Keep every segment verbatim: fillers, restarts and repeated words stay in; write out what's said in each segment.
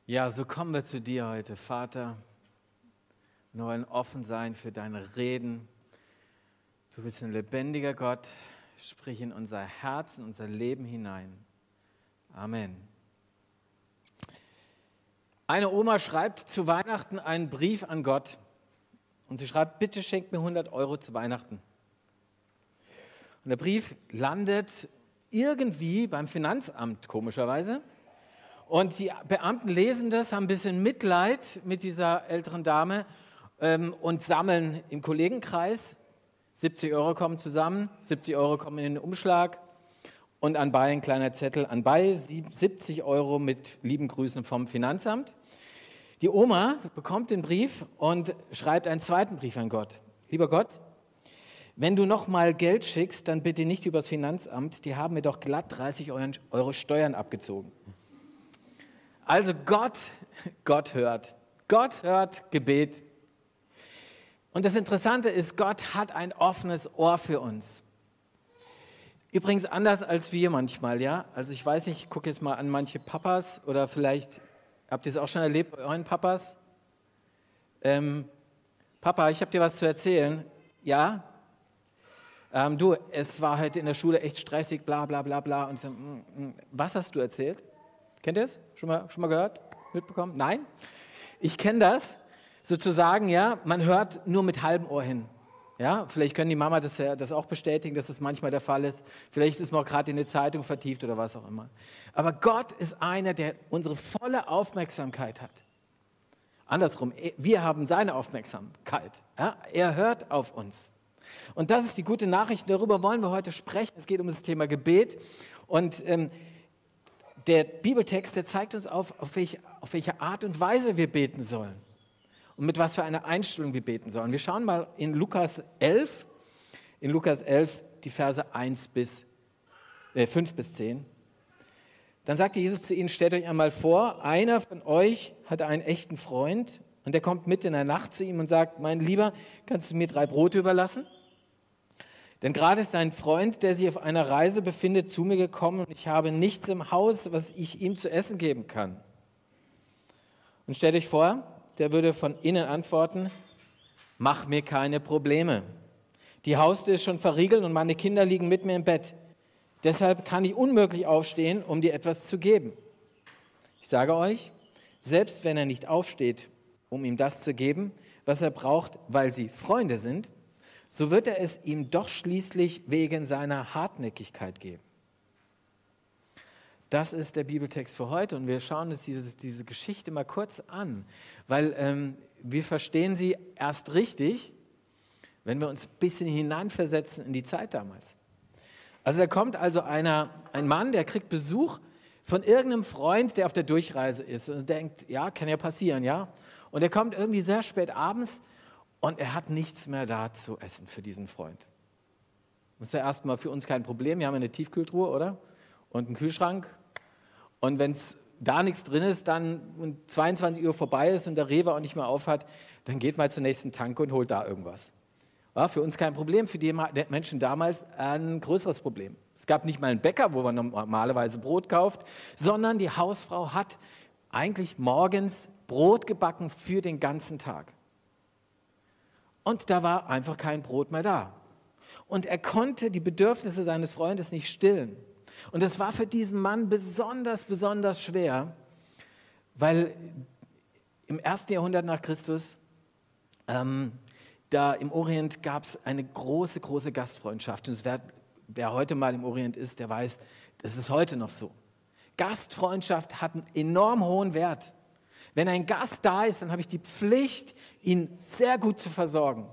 Ja, so kommen wir zu dir heute, Vater. Wir wollen offen sein für deine Reden. Du bist ein lebendiger Gott. Sprich in unser Herz, in unser Leben hinein. Amen. Eine Oma schreibt zu Weihnachten einen Brief an Gott. Und sie schreibt, bitte schenkt mir hundert Euro zu Weihnachten. Und der Brief landet irgendwie beim Finanzamt, komischerweise. Und die Beamten lesen das, haben ein bisschen Mitleid mit dieser älteren Dame ähm, und sammeln im Kollegenkreis. siebzig Euro kommen zusammen, siebzig Euro kommen in den Umschlag und anbei ein kleiner Zettel, anbei siebzig Euro mit lieben Grüßen vom Finanzamt. Die Oma bekommt den Brief und schreibt einen zweiten Brief an Gott. Lieber Gott, wenn du noch mal Geld schickst, dann bitte nicht übers Finanzamt, die haben mir doch glatt dreißig Euro Steuern abgezogen. Also Gott, Gott hört. Gott hört Gebet. Und das Interessante ist, Gott hat ein offenes Ohr für uns. Übrigens anders als wir manchmal, ja. Also ich weiß nicht, ich gucke jetzt mal an manche Papas oder vielleicht habt ihr es auch schon erlebt bei euren Papas. Ähm, Papa, ich habe dir was zu erzählen. Ja? Ähm, du, es war heute in der Schule echt stressig, bla bla bla bla. Und so, mm, mm. Was hast du erzählt? Kennt ihr es? Schon mal, schon mal gehört? Mitbekommen? Nein? Ich kenne das. Sozusagen, ja, man hört nur mit halbem Ohr hin. Ja, vielleicht können die Mama das, das auch bestätigen, dass das manchmal der Fall ist. Vielleicht ist man auch gerade in eine Zeitung vertieft oder was auch immer. Aber Gott ist einer, der unsere volle Aufmerksamkeit hat. Andersrum, wir haben seine Aufmerksamkeit. Ja? Er hört auf uns. Und das ist die gute Nachricht, darüber wollen wir heute sprechen. Es geht um das Thema Gebet. Und ähm, der Bibeltext, der zeigt uns auf, auf welche, auf welche Art und Weise wir beten sollen. Und mit was für einer Einstellung wir beten sollen. Wir schauen mal in Lukas elf, in Lukas elf die Verse eins bis, äh, fünf bis zehn. Dann sagte Jesus zu ihnen, stellt euch einmal vor, einer von euch hat einen echten Freund und der kommt mitten in der Nacht zu ihm und sagt, mein Lieber, kannst du mir drei Brote überlassen? Denn gerade ist ein Freund, der sich auf einer Reise befindet, zu mir gekommen und ich habe nichts im Haus, was ich ihm zu essen geben kann. Und stellt euch vor, der würde von innen antworten, mach mir keine Probleme. Die Haustür ist schon verriegelt und meine Kinder liegen mit mir im Bett. Deshalb kann ich unmöglich aufstehen, um dir etwas zu geben. Ich sage euch, selbst wenn er nicht aufsteht, um ihm das zu geben, was er braucht, weil sie Freunde sind, so wird er es ihm doch schließlich wegen seiner Hartnäckigkeit geben. Das ist der Bibeltext für heute und wir schauen uns diese, diese Geschichte mal kurz an, weil ähm, wir verstehen sie erst richtig, wenn wir uns ein bisschen hineinversetzen in die Zeit damals. Also da kommt also einer, ein Mann, der kriegt Besuch von irgendeinem Freund, der auf der Durchreise ist und denkt, ja, kann ja passieren, ja. Und er kommt irgendwie sehr spät abends und er hat nichts mehr da zu essen für diesen Freund. Das ist ja erstmal für uns kein Problem, wir haben eine Tiefkühltruhe, oder? Und einen Kühlschrank. Und wenn es da nichts drin ist, dann und zweiundzwanzig Uhr vorbei ist und der Rewe auch nicht mehr aufhat, dann geht mal zur nächsten Tanke und holt da irgendwas. War für uns kein Problem, für die Menschen damals ein größeres Problem. Es gab nicht mal einen Bäcker, wo man normalerweise Brot kauft, sondern die Hausfrau hat eigentlich morgens Brot gebacken für den ganzen Tag. Und da war einfach kein Brot mehr da. Und er konnte die Bedürfnisse seines Freundes nicht stillen. Und das war für diesen Mann besonders, besonders schwer, weil im ersten Jahrhundert nach Christus, ähm, da im Orient gab es eine große, große Gastfreundschaft. Und es wer, wer heute mal im Orient ist, der weiß, das ist heute noch so. Gastfreundschaft hat einen enorm hohen Wert. Wenn ein Gast da ist, dann habe ich die Pflicht, ihn sehr gut zu versorgen.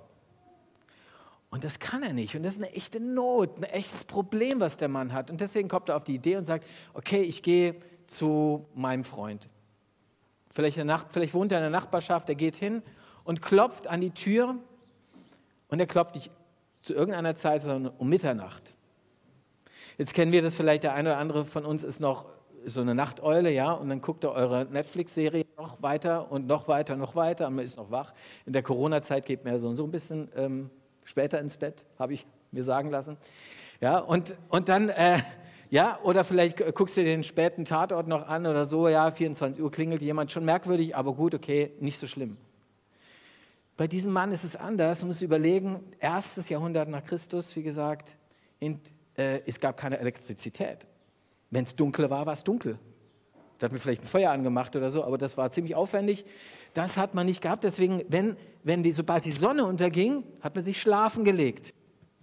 Und das kann er nicht. Und das ist eine echte Not, ein echtes Problem, was der Mann hat. Und deswegen kommt er auf die Idee und sagt, okay, ich gehe zu meinem Freund. Vielleicht, in der Nacht, vielleicht wohnt er in der Nachbarschaft, er geht hin und klopft an die Tür. Und er klopft nicht zu irgendeiner Zeit, sondern um Mitternacht. Jetzt kennen wir das vielleicht, der eine oder andere von uns ist noch so eine Nachteule, ja, und dann guckt er eure Netflix-Serie noch weiter und noch weiter, noch weiter, und man ist noch wach. In der Corona-Zeit geht man ja so und so ein bisschen ähm, später ins Bett, habe ich mir sagen lassen. Ja, und, und dann, äh, Ja, oder vielleicht guckst du dir den späten Tatort noch an oder so, ja, vierundzwanzig Uhr klingelt jemand, schon merkwürdig, aber gut, okay, nicht so schlimm. Bei diesem Mann ist es anders, man muss überlegen, erstes Jahrhundert nach Christus, wie gesagt, in, äh, es gab keine Elektrizität. Wenn es dunkel war, war es dunkel. Da hat man vielleicht ein Feuer angemacht oder so, aber das war ziemlich aufwendig. Das hat man nicht gehabt, deswegen, wenn, wenn die, sobald die Sonne unterging, hat man sich schlafen gelegt.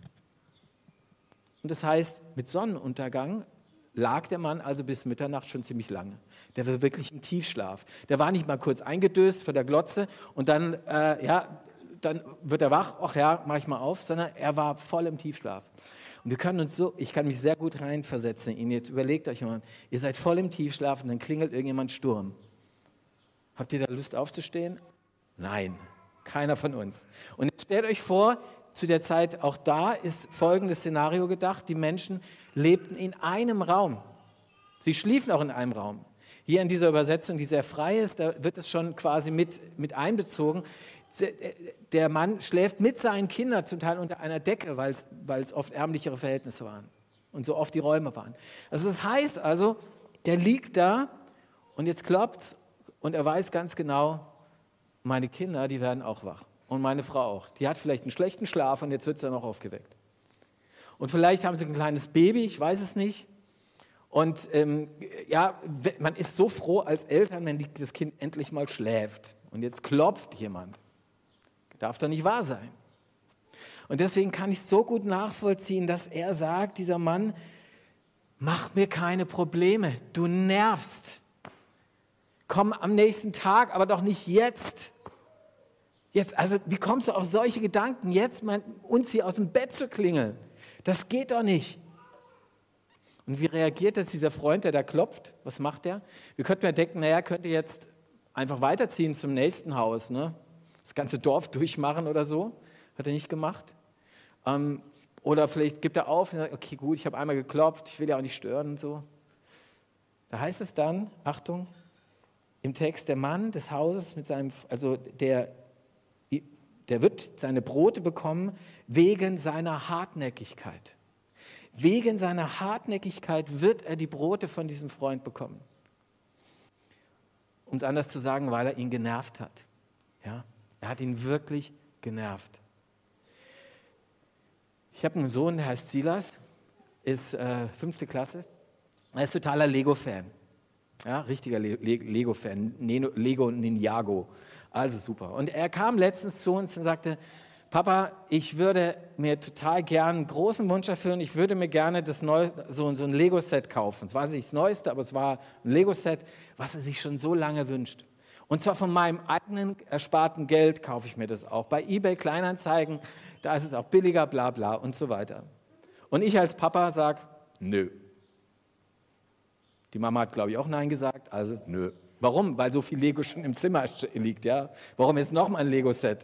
Und das heißt, mit Sonnenuntergang lag der Mann also bis Mitternacht schon ziemlich lange. Der war wirklich im Tiefschlaf. Der war nicht mal kurz eingedöst vor der Glotze und dann, äh, ja, dann wird er wach, ach ja, mach ich mal auf, sondern er war voll im Tiefschlaf. Und wir können uns so, ich kann mich sehr gut reinversetzen in ihn. Jetzt überlegt euch mal, ihr seid voll im Tiefschlaf und dann klingelt irgendjemand Sturm. Habt ihr da Lust aufzustehen? Nein, keiner von uns. Und jetzt stellt euch vor, zu der Zeit, auch da ist folgendes Szenario gedacht, die Menschen lebten in einem Raum. Sie schliefen auch in einem Raum. Hier in dieser Übersetzung, die sehr frei ist, da wird es schon quasi mit, mit einbezogen. Der Mann schläft mit seinen Kindern zum Teil unter einer Decke, weil es, weil es oft ärmlichere Verhältnisse waren und so oft die Räume waren. Also das heißt also, der liegt da und jetzt klopft's und er weiß ganz genau, meine Kinder, die werden auch wach und meine Frau auch. Die hat vielleicht einen schlechten Schlaf und jetzt wird sie dann auch aufgeweckt. Und vielleicht haben sie ein kleines Baby, ich weiß es nicht. Und ähm, ja, man ist so froh als Eltern, wenn das Kind endlich mal schläft. Und jetzt klopft jemand. Darf doch nicht wahr sein. Und deswegen kann ich so gut nachvollziehen, dass er sagt, dieser Mann, mach mir keine Probleme, du nervst. Komm am nächsten Tag, aber doch nicht jetzt. Jetzt, also wie kommst du auf solche Gedanken, jetzt mal uns hier aus dem Bett zu klingeln? Das geht doch nicht. Und wie reagiert jetzt dieser Freund, der da klopft? Was macht er? Wir könnten ja denken, naja, er könnte jetzt einfach weiterziehen zum nächsten Haus, ne? Das ganze Dorf durchmachen oder so. Hat er nicht gemacht. Ähm, oder vielleicht gibt er auf und sagt, okay, gut, ich habe einmal geklopft, ich will ja auch nicht stören und so. Da heißt es dann, Achtung, im Text, der Mann des Hauses mit seinem, also der, der wird seine Brote bekommen wegen seiner Hartnäckigkeit. Wegen seiner Hartnäckigkeit wird er die Brote von diesem Freund bekommen. Um es anders zu sagen, weil er ihn genervt hat. Ja? Er hat ihn wirklich genervt. Ich habe einen Sohn, der heißt Silas, ist äh, fünfte Klasse. Er ist totaler Lego-Fan. Ja, richtiger Le- Le- Lego-Fan, Neno- Lego Ninjago. Also super. Und er kam letztens zu uns und sagte, Papa, ich würde mir total gern einen großen Wunsch erfüllen. Ich würde mir gerne das Neu- so, so ein Lego-Set kaufen. Es war nicht das Neueste, aber es war ein Lego-Set, was er sich schon so lange wünscht. Und zwar von meinem eigenen ersparten Geld kaufe ich mir das auch. Bei eBay Kleinanzeigen, da ist es auch billiger, bla bla und so weiter. Und ich als Papa sage, nö. Die Mama hat, glaube ich, auch Nein gesagt, also nö. Warum? Weil so viel Lego schon im Zimmer liegt, ja. Warum jetzt noch mal ein Lego-Set?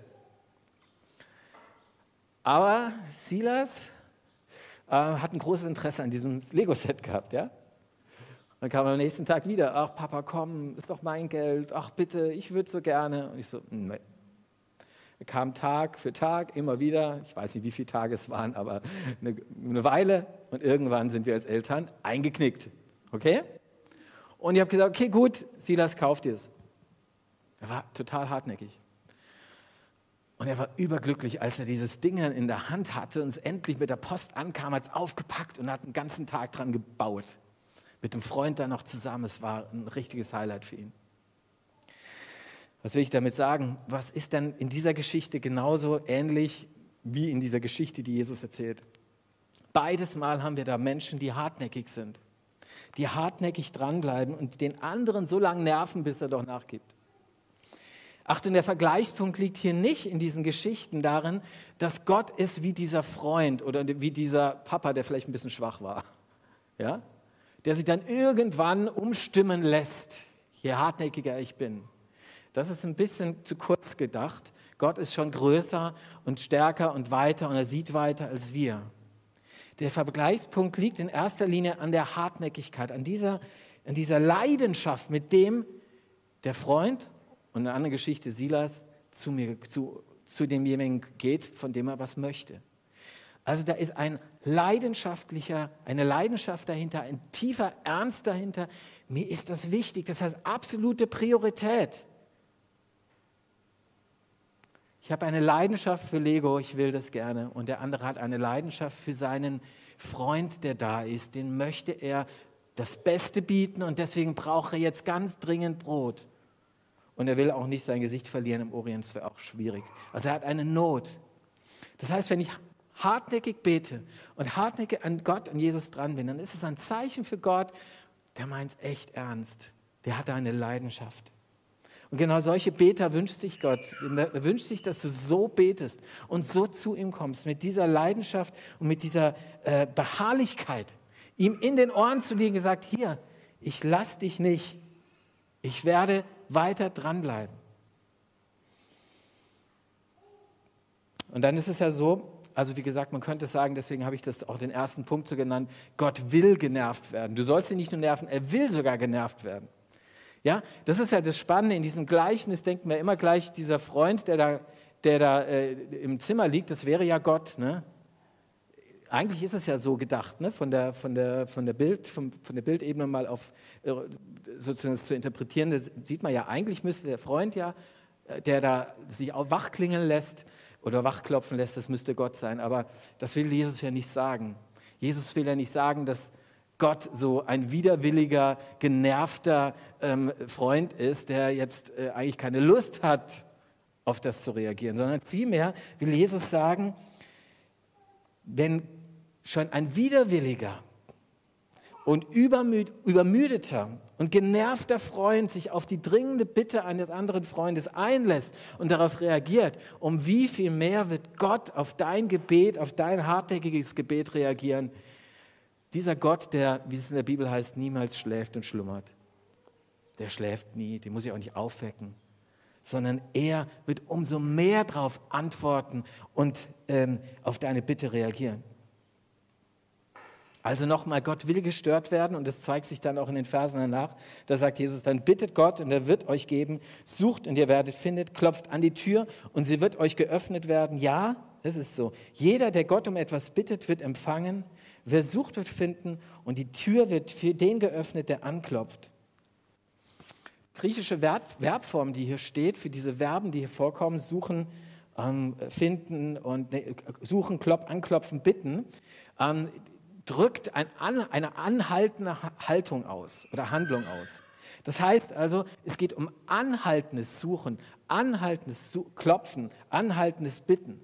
Aber Silas äh, hat ein großes Interesse an diesem Lego-Set gehabt, ja. Dann kam er am nächsten Tag wieder, ach Papa, komm, ist doch mein Geld, ach bitte, ich würde so gerne. Und ich so, nee. Er kam Tag für Tag, immer wieder, ich weiß nicht, wie viele Tage es waren, aber eine, eine Weile und irgendwann sind wir als Eltern eingeknickt, okay? Und ich habe gesagt, okay, gut, Silas, kauf dir es. Er war total hartnäckig. Und er war überglücklich, als er dieses Ding in der Hand hatte und es endlich mit der Post ankam, hat es aufgepackt und hat einen ganzen Tag dran gebaut. Mit einem Freund dann noch zusammen. Es war ein richtiges Highlight für ihn. Was will ich damit sagen? Was ist denn in dieser Geschichte genauso ähnlich wie in dieser Geschichte, die Jesus erzählt? Beides Mal haben wir da Menschen, die hartnäckig sind, die hartnäckig dranbleiben und den anderen so lange nerven, bis er doch nachgibt. Achtung, der Vergleichspunkt liegt hier nicht in diesen Geschichten darin, dass Gott ist wie dieser Freund oder wie dieser Papa, der vielleicht ein bisschen schwach war, ja? Der sich dann irgendwann umstimmen lässt, je hartnäckiger ich bin. Das ist ein bisschen zu kurz gedacht. Gott ist schon größer und stärker und weiter und er sieht weiter als wir. Der Vergleichspunkt liegt in erster Linie an der Hartnäckigkeit, an dieser, an dieser Leidenschaft, mit dem der Freund und in einer anderen Geschichte Silas zu, mir, zu, zu demjenigen geht, von dem er was möchte. Also da ist ein leidenschaftlicher, eine Leidenschaft dahinter, ein tiefer Ernst dahinter. Mir ist das wichtig, das heißt absolute Priorität. Ich habe eine Leidenschaft für Lego, ich will das gerne. Und der andere hat eine Leidenschaft für seinen Freund, der da ist. Den möchte er das Beste bieten und deswegen braucht er jetzt ganz dringend Brot. Und er will auch nicht sein Gesicht verlieren im Orient, das wäre auch schwierig. Also er hat eine Not. Das heißt, wenn ich hartnäckig bete und hartnäckig an Gott, an Jesus dran bin, dann ist es ein Zeichen für Gott, der meint es echt ernst. Der hat eine Leidenschaft. Und genau solche Beter wünscht sich Gott. Er wünscht sich, dass du so betest und so zu ihm kommst, mit dieser Leidenschaft und mit dieser äh, Beharrlichkeit, ihm in den Ohren zu liegen, gesagt, hier, ich lass dich nicht, ich werde weiter dranbleiben. Und dann ist es ja so, also wie gesagt, man könnte sagen, deswegen habe ich das auch den ersten Punkt so genannt, Gott will genervt werden. Du sollst ihn nicht nur nerven, er will sogar genervt werden. Ja, das ist ja das Spannende in diesem Gleichnis, denken wir immer gleich, dieser Freund, der da, der da äh, im Zimmer liegt, das wäre ja Gott, ne? Eigentlich ist es ja so gedacht, ne? von, der, von, der, von, der Bild, von, von der Bildebene mal auf äh, sozusagen zu interpretieren, das sieht man ja, eigentlich müsste der Freund ja, der da sich auch wachklingeln lässt oder wachklopfen lässt, das müsste Gott sein, aber das will Jesus ja nicht sagen. Jesus will ja nicht sagen, dass Gott so ein widerwilliger, genervter ähm, Freund ist, der jetzt äh, eigentlich keine Lust hat, auf das zu reagieren, sondern vielmehr will Jesus sagen, wenn schon ein widerwilliger und übermüd, übermüdeter und genervter Freund sich auf die dringende Bitte eines anderen Freundes einlässt und darauf reagiert, um wie viel mehr wird Gott auf dein Gebet, auf dein hartnäckiges Gebet reagieren? Dieser Gott, der, wie es in der Bibel heißt, niemals schläft und schlummert, der schläft nie, den muss ich auch nicht aufwecken, sondern er wird umso mehr darauf antworten und ähm, auf deine Bitte reagieren. Also nochmal, Gott will gestört werden und das zeigt sich dann auch in den Versen danach. Da sagt Jesus dann, bittet Gott und er wird euch geben, sucht und ihr werdet, findet, klopft an die Tür und sie wird euch geöffnet werden. Ja, es ist so. Jeder, der Gott um etwas bittet, wird empfangen. Wer sucht, wird finden und die Tür wird für den geöffnet, der anklopft. Griechische Verb, Verbform, die hier steht, für diese Verben, die hier vorkommen, suchen, ähm, finden und ne, suchen, klopp, anklopfen, bitten, ähm, drückt ein, an, eine anhaltende Haltung aus oder Handlung aus. Das heißt also, es geht um anhaltendes Suchen, anhaltendes Su- Klopfen, anhaltendes Bitten.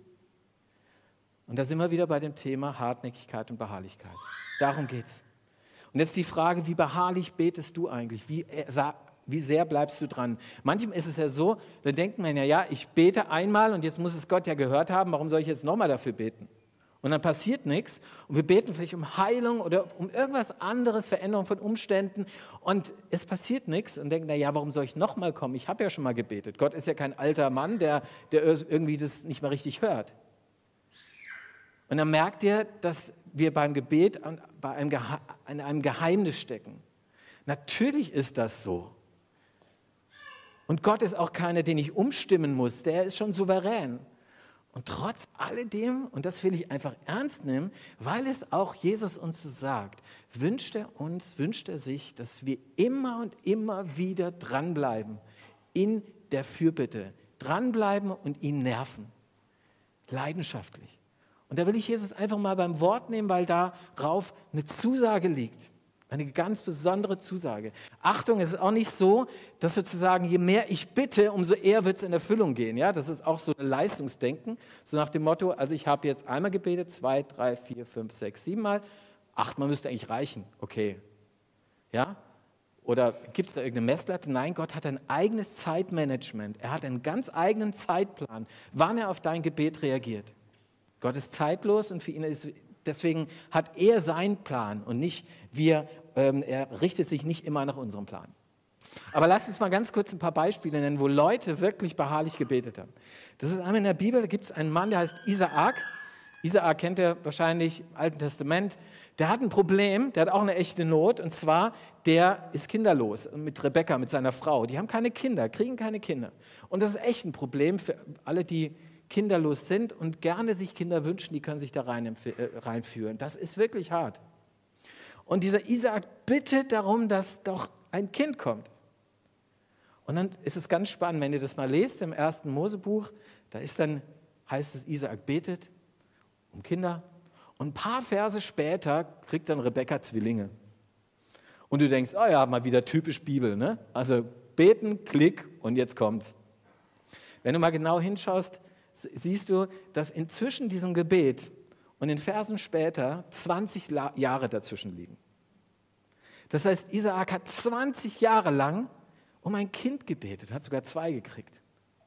Und da sind wir wieder bei dem Thema Hartnäckigkeit und Beharrlichkeit. Darum geht es. Und jetzt die Frage, wie beharrlich betest du eigentlich? Wie, wie sehr bleibst du dran? Manchmal ist es ja so, da denkt man ja, ja, ich bete einmal und jetzt muss es Gott ja gehört haben, warum soll ich jetzt nochmal dafür beten? Und dann passiert nichts und wir beten vielleicht um Heilung oder um irgendwas anderes, Veränderung von Umständen und es passiert nichts und denken, na ja, warum soll ich nochmal kommen? Ich habe ja schon mal gebetet. Gott ist ja kein alter Mann, der, der irgendwie das nicht mehr richtig hört. Und dann merkt ihr, dass wir beim Gebet an, bei einem, Gehe- an einem Geheimnis stecken. Natürlich ist das so. Und Gott ist auch keiner, den ich umstimmen muss. Der ist schon souverän. Und trotz alledem, und das will ich einfach ernst nehmen, weil es auch Jesus uns so sagt, wünscht er uns, wünscht er sich, dass wir immer und immer wieder dranbleiben in der Fürbitte. Dranbleiben und ihn nerven. Leidenschaftlich. Und da will ich Jesus einfach mal beim Wort nehmen, weil darauf eine Zusage liegt. Eine ganz besondere Zusage. Achtung, es ist auch nicht so, dass sozusagen je mehr ich bitte, umso eher wird es in Erfüllung gehen. Ja, das ist auch so ein Leistungsdenken. So nach dem Motto, also ich habe jetzt einmal gebetet, zwei, drei, vier, fünf, sechs, sieben Mal. Achtmal müsste eigentlich reichen. Okay. Ja? Oder gibt es da irgendeine Messlatte? Nein, Gott hat ein eigenes Zeitmanagement. Er hat einen ganz eigenen Zeitplan, wann er auf dein Gebet reagiert. Gott ist zeitlos und für ihn ist, deswegen hat er seinen Plan und nicht wir, ähm, er richtet sich nicht immer nach unserem Plan. Aber lasst uns mal ganz kurz ein paar Beispiele nennen, wo Leute wirklich beharrlich gebetet haben. Das ist einmal in der Bibel, da gibt es einen Mann, der heißt Isaak. Isaak kennt ihr wahrscheinlich im Alten Testament. Der hat ein Problem, der hat auch eine echte Not und zwar, der ist kinderlos mit Rebekka, mit seiner Frau. Die haben keine Kinder, kriegen keine Kinder. Und das ist echt ein Problem für alle, die kinderlos sind und gerne sich Kinder wünschen, die können sich da rein, äh, reinführen. Das ist wirklich hart. Und dieser Isaak bittet darum, dass doch ein Kind kommt. Und dann ist es ganz spannend, wenn ihr das mal lest im ersten Mosebuch, da ist dann, heißt es, Isaak betet um Kinder. Und ein paar Verse später kriegt dann Rebekka Zwillinge. Und du denkst, oh ja, mal wieder typisch Bibel, ne? Also beten, Klick und jetzt kommt's. Wenn du mal genau hinschaust, siehst du, dass inzwischen diesem Gebet und den Versen später zwanzig Jahre dazwischen liegen. Das heißt, Isaak hat zwanzig Jahre lang um ein Kind gebetet, hat sogar zwei gekriegt.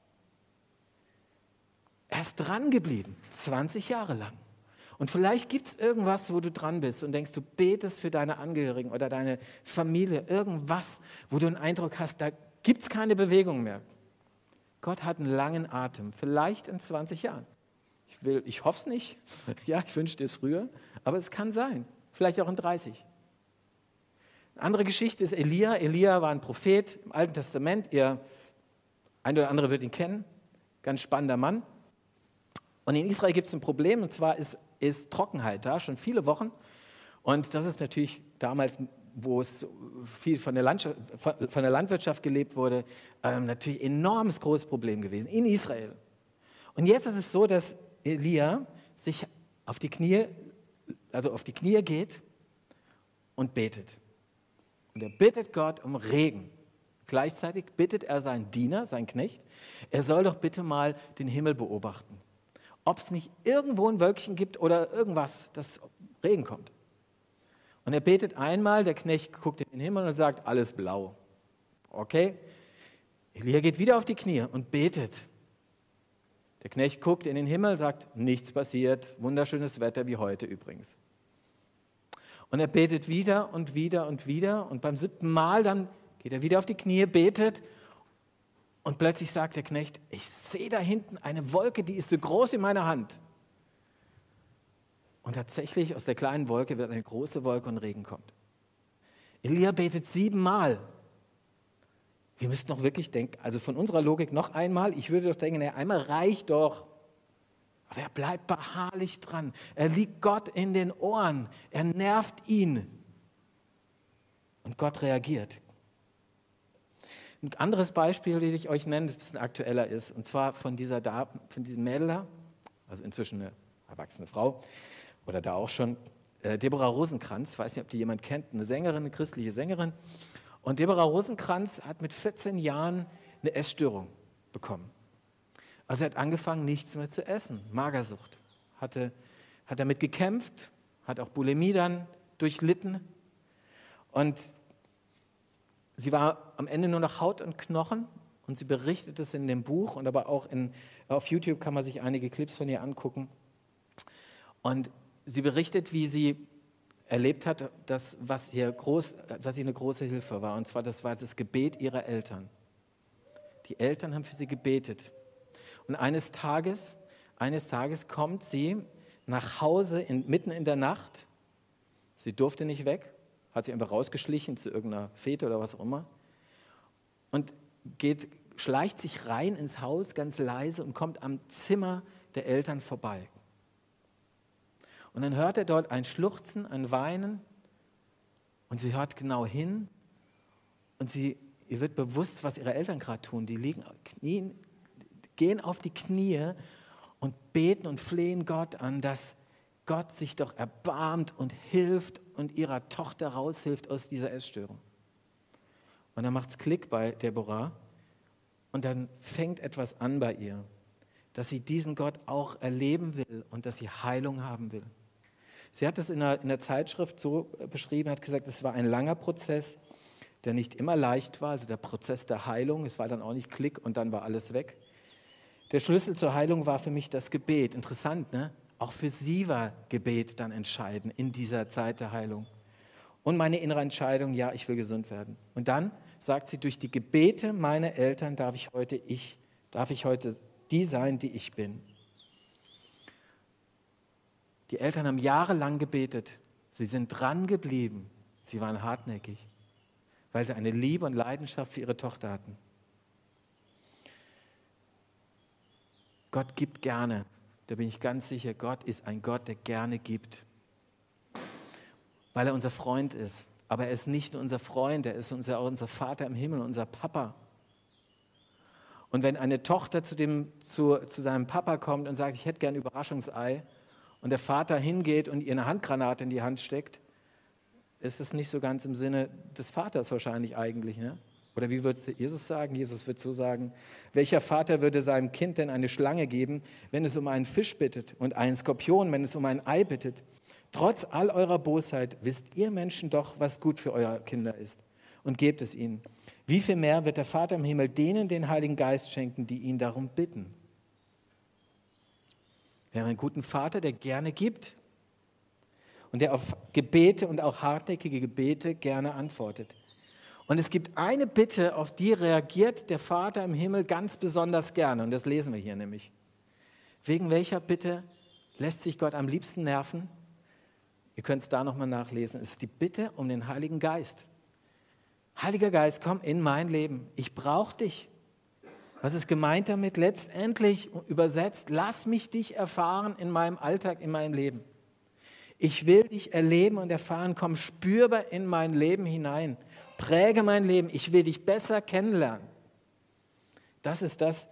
Er ist dran geblieben, zwanzig Jahre lang. Und vielleicht gibt es irgendwas, wo du dran bist und denkst, du betest für deine Angehörigen oder deine Familie, irgendwas, wo du einen Eindruck hast, da gibt es keine Bewegung mehr. Gott hat einen langen Atem, vielleicht in zwanzig Jahren. Ich, will, ich hoffe es nicht, ja, ich wünschte es früher, aber es kann sein, vielleicht auch in dreißig. Eine andere Geschichte ist Elia. Elia war ein Prophet im Alten Testament. Ihr, ein oder andere wird ihn kennen. Ganz spannender Mann. Und in Israel gibt es ein Problem, und zwar ist, ist Trockenheit da, schon viele Wochen. Und das ist natürlich damals, wo es viel von der, Landschaft, von der Landwirtschaft gelebt wurde, ähm, natürlich ein enormes, großes Problem gewesen in Israel. Und jetzt ist es so, dass Elia sich auf die Knie, also auf die Knie geht und betet. Und er bittet Gott um Regen. Gleichzeitig bittet er seinen Diener, seinen Knecht, er soll doch bitte mal den Himmel beobachten. Ob es nicht irgendwo ein Wölkchen gibt oder irgendwas, dass Regen kommt. Und er betet einmal, der Knecht guckt in den Himmel und sagt, alles blau. Okay? Elia geht wieder auf die Knie und betet. Der Knecht guckt in den Himmel und sagt, nichts passiert, wunderschönes Wetter wie heute übrigens. Und er betet wieder und wieder und wieder und beim siebten Mal dann geht er wieder auf die Knie, betet und plötzlich sagt der Knecht, ich sehe da hinten eine Wolke, die ist so groß wie meine Hand. Und tatsächlich aus der kleinen Wolke wird eine große Wolke und Regen kommt. Elia betet siebenmal. Wir müssten doch wirklich denken, also von unserer Logik noch einmal, ich würde doch denken, naja, einmal reicht doch. Aber er bleibt beharrlich dran. Er liegt Gott in den Ohren. Er nervt ihn. Und Gott reagiert. Ein anderes Beispiel, das ich euch nenne, das ein bisschen aktueller ist, und zwar von dieser da, von diesem Mädel da, also inzwischen eine erwachsene Frau, oder da auch schon, äh, Deborah Rosenkranz, ich weiß nicht, ob die jemand kennt, eine Sängerin, eine christliche Sängerin. Und Deborah Rosenkranz hat mit vierzehn Jahren eine Essstörung bekommen. Also er hat angefangen, nichts mehr zu essen, Magersucht. Hatte, hat damit gekämpft, hat auch Bulimie dann durchlitten. Und sie war am Ende nur noch Haut und Knochen und sie berichtet es in dem Buch und aber auch in, auf YouTube kann man sich einige Clips von ihr angucken. Und sie berichtet, wie sie erlebt hat, dass, was, ihr groß, was ihr eine große Hilfe war. Und zwar, das war das Gebet ihrer Eltern. Die Eltern haben für sie gebetet. Und eines Tages, eines Tages kommt sie nach Hause in, mitten in der Nacht. Sie durfte nicht weg, hat sich einfach rausgeschlichen zu irgendeiner Fete oder was auch immer. Und geht, schleicht sich rein ins Haus ganz leise und kommt am Zimmer der Eltern vorbei. Und dann hört er dort ein Schluchzen, ein Weinen und sie hört genau hin und sie, ihr wird bewusst, was ihre Eltern gerade tun. Die liegen Knien, gehen auf die Knie und beten und flehen Gott an, dass Gott sich doch erbarmt und hilft und ihrer Tochter raushilft aus dieser Essstörung. Und dann macht es Klick bei Deborah und dann fängt etwas an bei ihr, dass sie diesen Gott auch erleben will und dass sie Heilung haben will. Sie hat es in der, in der Zeitschrift so beschrieben, hat gesagt, es war ein langer Prozess, der nicht immer leicht war, also der Prozess der Heilung. Es war dann auch nicht Klick und dann war alles weg. Der Schlüssel zur Heilung war für mich das Gebet. Interessant, ne? Auch für sie war Gebet dann entscheidend in dieser Zeit der Heilung. Und meine innere Entscheidung, ja, ich will gesund werden. Und dann sagt sie, durch die Gebete meiner Eltern darf ich heute ich, darf ich heute die sein, die ich bin. Die Eltern haben jahrelang gebetet. Sie sind dran geblieben. Sie waren hartnäckig, weil sie eine Liebe und Leidenschaft für ihre Tochter hatten. Gott gibt gerne. Da bin ich ganz sicher, Gott ist ein Gott, der gerne gibt. Weil er unser Freund ist. Aber er ist nicht nur unser Freund, er ist unser, unser Vater im Himmel, unser Papa. Und wenn eine Tochter zu, dem, zu, zu seinem Papa kommt und sagt, ich hätte gern ein Überraschungsei, und der Vater hingeht und ihr eine Handgranate in die Hand steckt, ist es nicht so ganz im Sinne des Vaters wahrscheinlich eigentlich. Ne? Oder wie würde Jesus sagen? Jesus wird so sagen, welcher Vater würde seinem Kind denn eine Schlange geben, wenn es um einen Fisch bittet, und einen Skorpion, wenn es um ein Ei bittet? Trotz all eurer Bosheit wisst ihr Menschen doch, was gut für eure Kinder ist, und gebt es ihnen. Wie viel mehr wird der Vater im Himmel denen den Heiligen Geist schenken, die ihn darum bitten? Wir haben einen guten Vater, der gerne gibt und der auf Gebete und auch hartnäckige Gebete gerne antwortet. Und es gibt eine Bitte, auf die reagiert der Vater im Himmel ganz besonders gerne. Und das lesen wir hier nämlich. Wegen welcher Bitte lässt sich Gott am liebsten nerven? Ihr könnt es da nochmal nachlesen. Es ist die Bitte um den Heiligen Geist. Heiliger Geist, komm in mein Leben. Ich brauche dich. Was ist gemeint damit? Letztendlich übersetzt, lass mich dich erfahren in meinem Alltag, in meinem Leben. Ich will dich erleben und erfahren. Komm spürbar in mein Leben hinein. Präge mein Leben. Ich will dich besser kennenlernen. Das ist das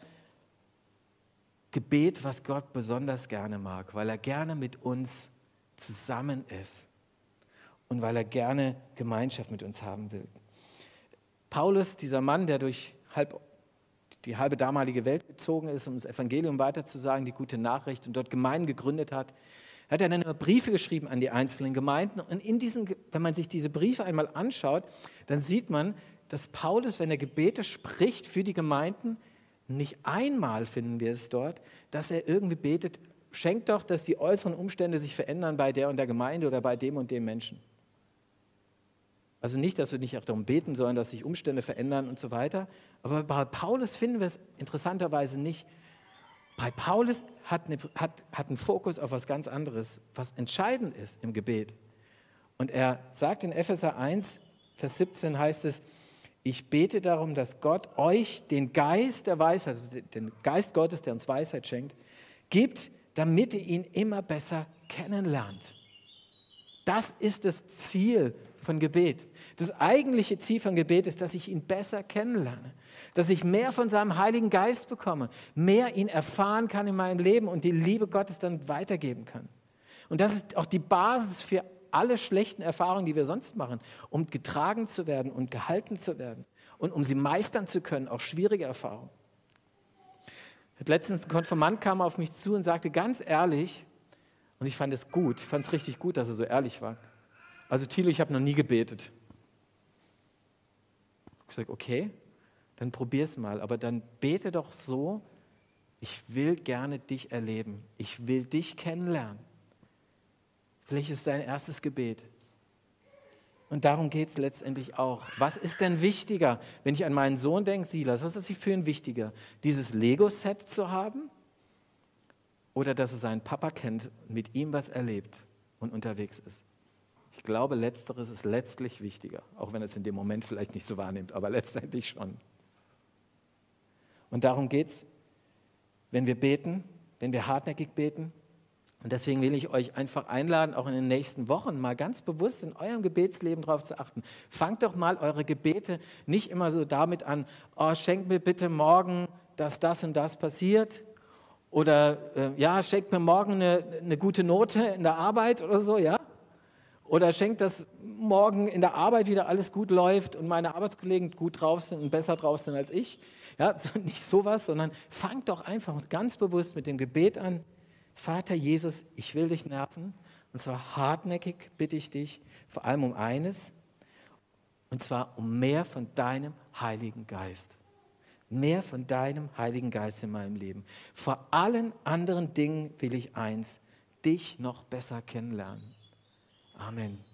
Gebet, was Gott besonders gerne mag, weil er gerne mit uns zusammen ist und weil er gerne Gemeinschaft mit uns haben will. Paulus, dieser Mann, der durch halb, die halbe damalige Welt gezogen ist, um das Evangelium weiterzusagen, die gute Nachricht, und dort Gemeinden gegründet hat, hat er dann immer Briefe geschrieben an die einzelnen Gemeinden. Und in diesen, wenn man sich diese Briefe einmal anschaut, dann sieht man, dass Paulus, wenn er Gebete spricht für die Gemeinden, nicht einmal finden wir es dort, dass er irgendwie betet, schenkt doch, dass die äußeren Umstände sich verändern bei der und der Gemeinde oder bei dem und dem Menschen. Also nicht, dass wir nicht auch darum beten sollen, dass sich Umstände verändern und so weiter. Aber bei Paulus finden wir es interessanterweise nicht. Bei Paulus hat, eine, hat, hat ein Fokus auf was ganz anderes, was entscheidend ist im Gebet. Und er sagt in Epheser eins, Vers siebzehn heißt es, ich bete darum, dass Gott euch den Geist der Weisheit, also den Geist Gottes, der uns Weisheit schenkt, gibt, damit ihr ihn immer besser kennenlernt. Das ist das Ziel von Gebet. Das eigentliche Ziel von Gebet ist, dass ich ihn besser kennenlerne, dass ich mehr von seinem Heiligen Geist bekomme, mehr ihn erfahren kann in meinem Leben und die Liebe Gottes dann weitergeben kann. Und das ist auch die Basis für alle schlechten Erfahrungen, die wir sonst machen, um getragen zu werden und gehalten zu werden und um sie meistern zu können, auch schwierige Erfahrungen. Letztens ein Konfirmand kam auf mich zu und sagte ganz ehrlich, und ich fand es gut, ich fand es richtig gut, dass er so ehrlich war. Also Thilo, ich habe noch nie gebetet. Ich sage, okay, dann probier's mal, aber dann bete doch so, ich will gerne dich erleben, ich will dich kennenlernen. Vielleicht ist es dein erstes Gebet. Und darum geht es letztendlich auch. Was ist denn wichtiger, wenn ich an meinen Sohn denke, Silas, was ist für ihn wichtiger? Dieses Lego-Set zu haben oder dass er seinen Papa kennt, mit ihm was erlebt und unterwegs ist? Ich glaube, Letzteres ist letztlich wichtiger, auch wenn er es in dem Moment vielleicht nicht so wahrnimmt, aber letztendlich schon. Und darum geht es, wenn wir beten, wenn wir hartnäckig beten. Und deswegen will ich euch einfach einladen, auch in den nächsten Wochen mal ganz bewusst in eurem Gebetsleben darauf zu achten. Fangt doch mal eure Gebete nicht immer so damit an, oh, schenkt mir bitte morgen, dass das und das passiert. Oder äh, ja, schenkt mir morgen eine, eine gute Note in der Arbeit oder so, ja. Oder schenkt, dass morgen in der Arbeit wieder alles gut läuft und meine Arbeitskollegen gut drauf sind und besser drauf sind als ich. Ja, so, nicht sowas, sondern fangt doch einfach ganz bewusst mit dem Gebet an. Vater Jesus, ich will dich nerven, und zwar hartnäckig bitte ich dich, vor allem um eines, und zwar um mehr von deinem Heiligen Geist. Mehr von deinem Heiligen Geist in meinem Leben. Vor allen anderen Dingen will ich eins, dich noch besser kennenlernen. Amen.